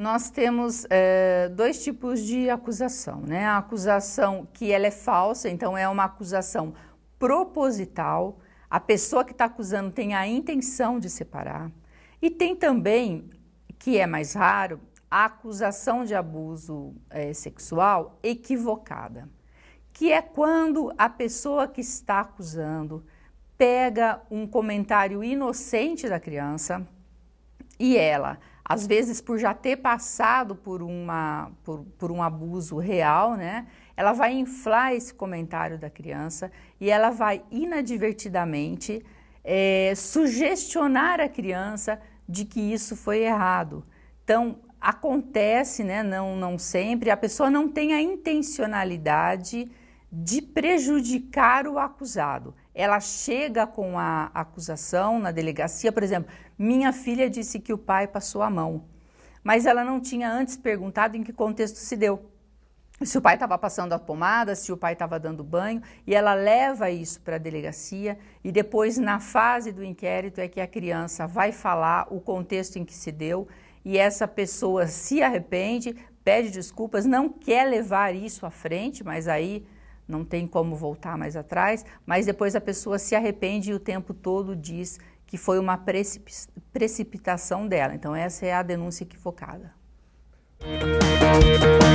Nós temos dois tipos de acusação, né? A acusação que ela é falsa, então é uma acusação proposital, a pessoa que está acusando tem a intenção de separar. E tem também, que é mais raro, a acusação de abuso sexual equivocada, que é quando a pessoa que está acusando pega um comentário inocente da criança e ela, às vezes por já ter passado por um abuso real, né, ela vai inflar esse comentário da criança e ela vai inadvertidamente sugestionar a criança de que isso foi errado. Então, acontece, né, não sempre, a pessoa não tem a intencionalidade de prejudicar o acusado. Ela chega com a acusação na delegacia, por exemplo, minha filha disse que o pai passou a mão, mas ela não tinha antes perguntado em que contexto se deu. Se o pai estava passando a pomada, se o pai estava dando banho, e ela leva isso para a delegacia e depois na fase do inquérito é que a criança vai falar o contexto em que se deu e essa pessoa se arrepende, pede desculpas, não quer levar isso à frente, mas aí não tem como voltar mais atrás, mas depois a pessoa se arrepende e o tempo todo diz que foi uma precipitação dela. Então essa é a denúncia equivocada.